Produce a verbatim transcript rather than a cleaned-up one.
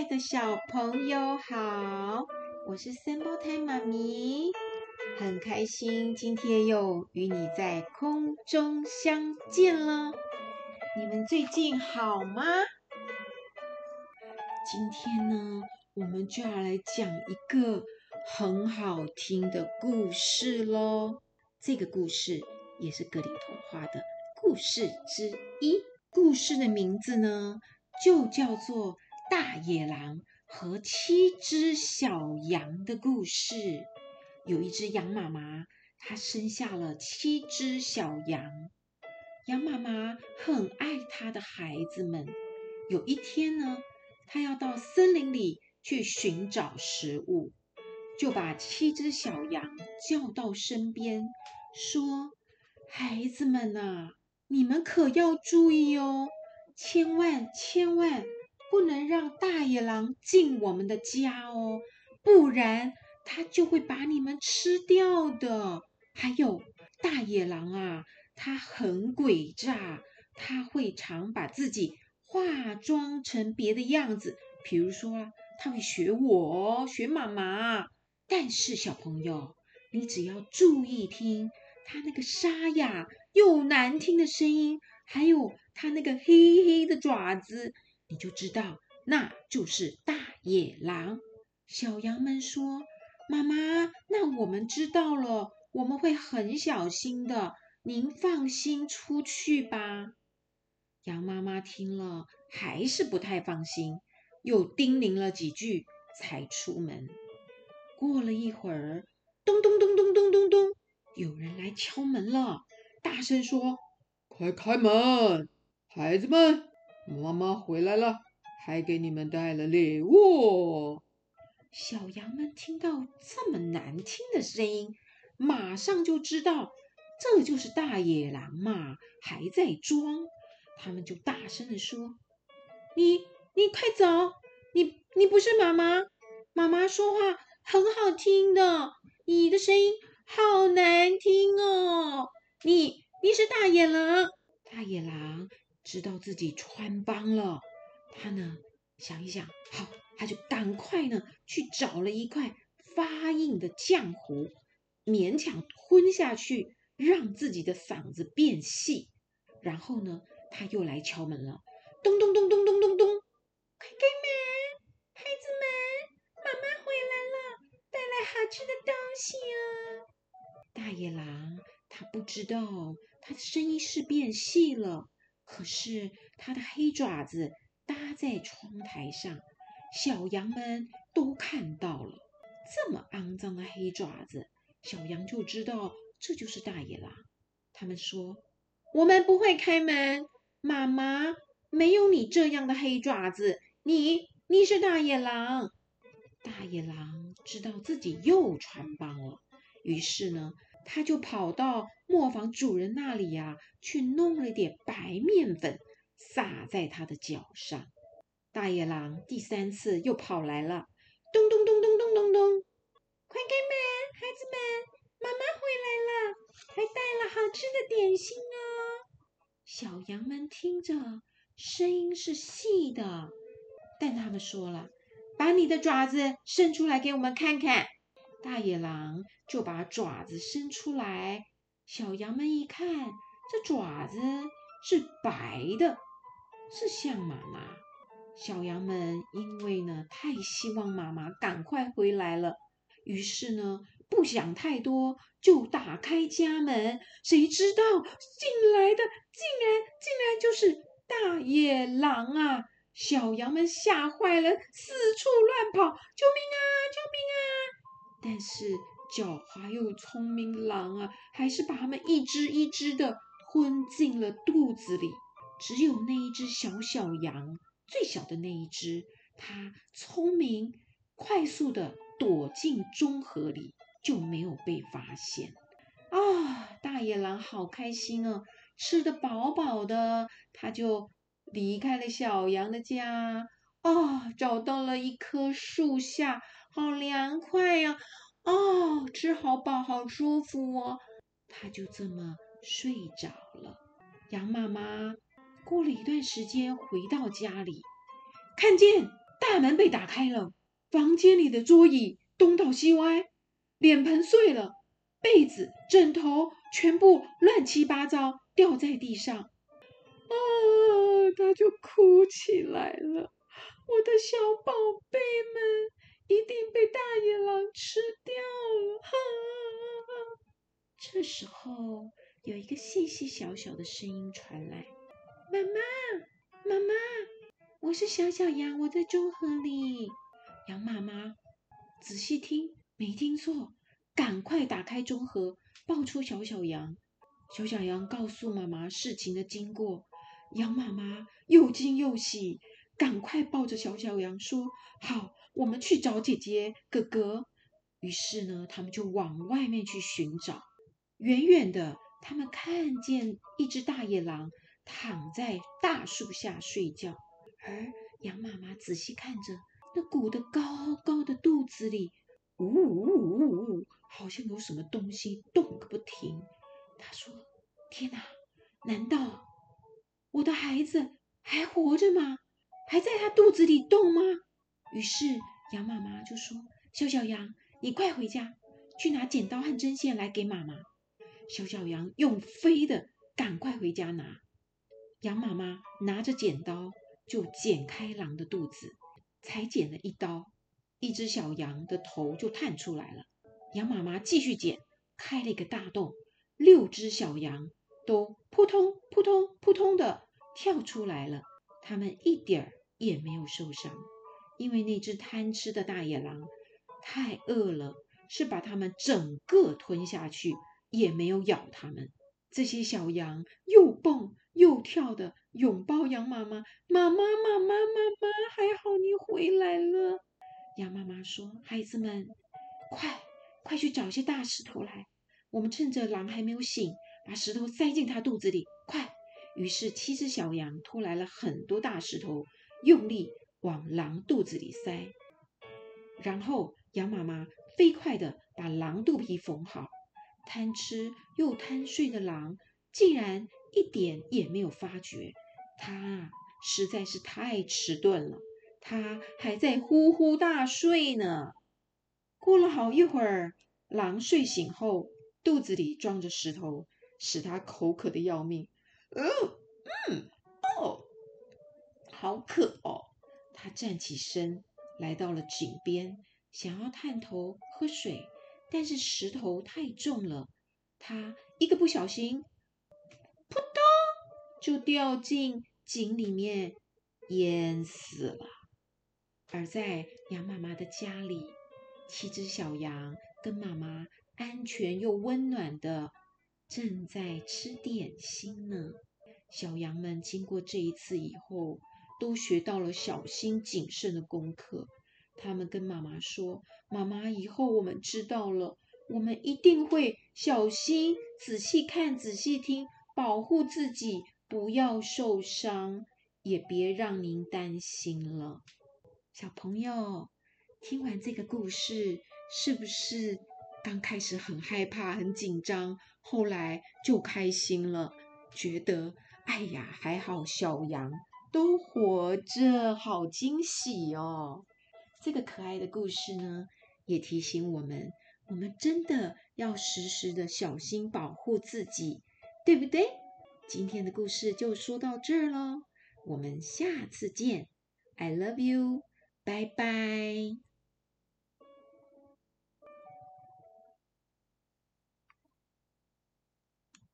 的小朋友好，我是三胞胎妈咪，很开心今天又与你在空中相见了。你们最近好吗？今天呢，我们就要来讲一个很好听的故事咯。这个故事也是格林童话的故事之一。故事的名字呢，就叫做大野狼和七只小羊的故事。有一只羊妈妈，她生下了七只小羊。羊妈妈很爱她的孩子们。有一天呢，她要到森林里去寻找食物，就把七只小羊叫到身边，说：孩子们啊，你们可要注意哦，千万千万不能让大野狼进我们的家哦，不然他就会把你们吃掉的。还有大野狼啊，他很诡诈，他会常把自己化妆成别的样子，比如说啊，他会学我，学妈妈。但是小朋友，你只要注意听他那个沙哑又难听的声音，还有他那个黑黑的爪子，你就知道那就是大野狼。小羊们说：妈妈，那我们知道了，我们会很小心的，您放心出去吧。羊妈妈听了还是不太放心，又叮咛了几句才出门。过了一会儿，咚咚咚咚咚咚咚，有人来敲门了，大声说：快开门，孩子们，妈妈回来了，还给你们带了礼物。小羊们听到这么难听的声音，马上就知道这就是大野狼嘛，还在装。他们就大声地说：你你快走，你你不是妈妈，妈妈说话很好听的，你的声音好难听哦，你你是大野狼。大野狼知道自己穿帮了，他呢想一想，好，他就赶快呢去找了一块发硬的浆糊，勉强吞下去，让自己的嗓子变细。然后呢，他又来敲门了，咚咚咚咚咚咚咚，快开门，孩子们，妈妈回来了，带来好吃的东西哦。大野狼他不知道他的声音是变细了，可是他的黑爪子搭在窗台上，小羊们都看到了。这么肮脏的黑爪子，小羊就知道这就是大野狼。他们说：我们不会开门，妈妈，没有你这样的黑爪子，你你是大野狼。大野狼知道自己又穿帮了，于是呢，他就跑到磨坊主人那里呀、啊，去弄了点白面粉，撒在他的脚上。大野狼第三次又跑来了，咚咚咚咚咚咚咚，快开门，孩子们，妈妈回来了，还带了好吃的点心哦。小羊们听着，声音是细的，但他们说了：把你的爪子伸出来给我们看看。大野狼就把爪子伸出来，小羊们一看，这爪子是白的，是像妈妈。小羊们因为呢太希望妈妈赶快回来了，于是呢不想太多，就打开家门，谁知道进来的竟然竟然就是大野狼啊！小羊们吓坏了，四处乱跑，救命啊！救命啊！但是狡猾又聪明狼啊，还是把它们一只一只的吞进了肚子里。只有那一只小小羊，最小的那一只，它聪明，快速的躲进中河里，就没有被发现。啊，大野狼好开心哦，吃得饱饱的，他就离开了小羊的家，哦，找到了一棵树下，好凉快呀、啊，哦，吃好饱，好舒服哦，他就这么睡着了。羊妈妈过了一段时间回到家里，看见大门被打开了，房间里的桌椅东倒西歪，脸盆碎了，被子、枕头全部乱七八糟掉在地上。啊，他就哭起来了。我的小宝贝们一定被大野狼吃掉了。哈哈哈！这时候，有一个细细小小的声音传来：“妈妈，妈妈，我是小小羊，我在中河里。”羊妈妈仔细听，没听错，赶快打开中河，抱出小小羊。小小羊告诉妈妈事情的经过，羊妈妈又惊又喜，赶快抱着小小羊说：“好，我们去找姐姐哥哥。”于是呢，他们就往外面去寻找。远远的，他们看见一只大野狼躺在大树下睡觉，而羊妈妈仔细看着那鼓得高高的肚子里，呜呜呜呜呜，好像有什么东西动个不停。她说：“天哪，难道我的孩子还活着吗？还在他肚子里动吗？”于是羊妈妈就说：“小小羊，你快回家，去拿剪刀和针线来给妈妈。”小小羊用飞的，赶快回家拿。羊妈妈拿着剪刀就剪开狼的肚子，才剪了一刀，一只小羊的头就探出来了。羊妈妈继续剪，开了一个大洞，六只小羊都扑通扑通扑通的跳出来了。它们一点儿也没有受伤，因为那只贪吃的大野狼太饿了，是把它们整个吞下去，也没有咬它们。这些小羊又蹦又跳的拥抱羊妈妈：“妈妈，妈妈，妈妈，还好你回来了。”羊妈妈说：“孩子们，快快去找些大石头来，我们趁着狼还没有醒，把石头塞进它肚子里，快！”于是七只小羊拖来了很多大石头，用力往狼肚子里塞。然后羊妈妈飞快地把狼肚皮缝好。贪吃又贪睡的狼竟然一点也没有发觉，它啊实在是太迟钝了，它还在呼呼大睡呢。过了好一会儿，狼睡醒后，肚子里装着石头，使它口渴的要命。哦，嗯，哦，好渴哦！它站起身，来到了井边，想要探头喝水。但是石头太重了，他一个不小心，扑通就掉进井里面，淹死了。而在羊妈妈的家里，七只小羊跟妈妈安全又温暖的正在吃点心呢。小羊们经过这一次以后，都学到了小心谨慎的功课。他们跟妈妈说：“妈妈，以后我们知道了，我们一定会小心、仔细看、仔细听，保护自己，不要受伤，也别让您担心了。”小朋友，听完这个故事，是不是刚开始很害怕、很紧张，后来就开心了，觉得哎呀，还好小羊都活着，好惊喜哦！这个可爱的故事呢，也提醒我们，我们真的要时时的小心保护自己，对不对？今天的故事就说到这儿咯，我们下次见。I love you，拜拜。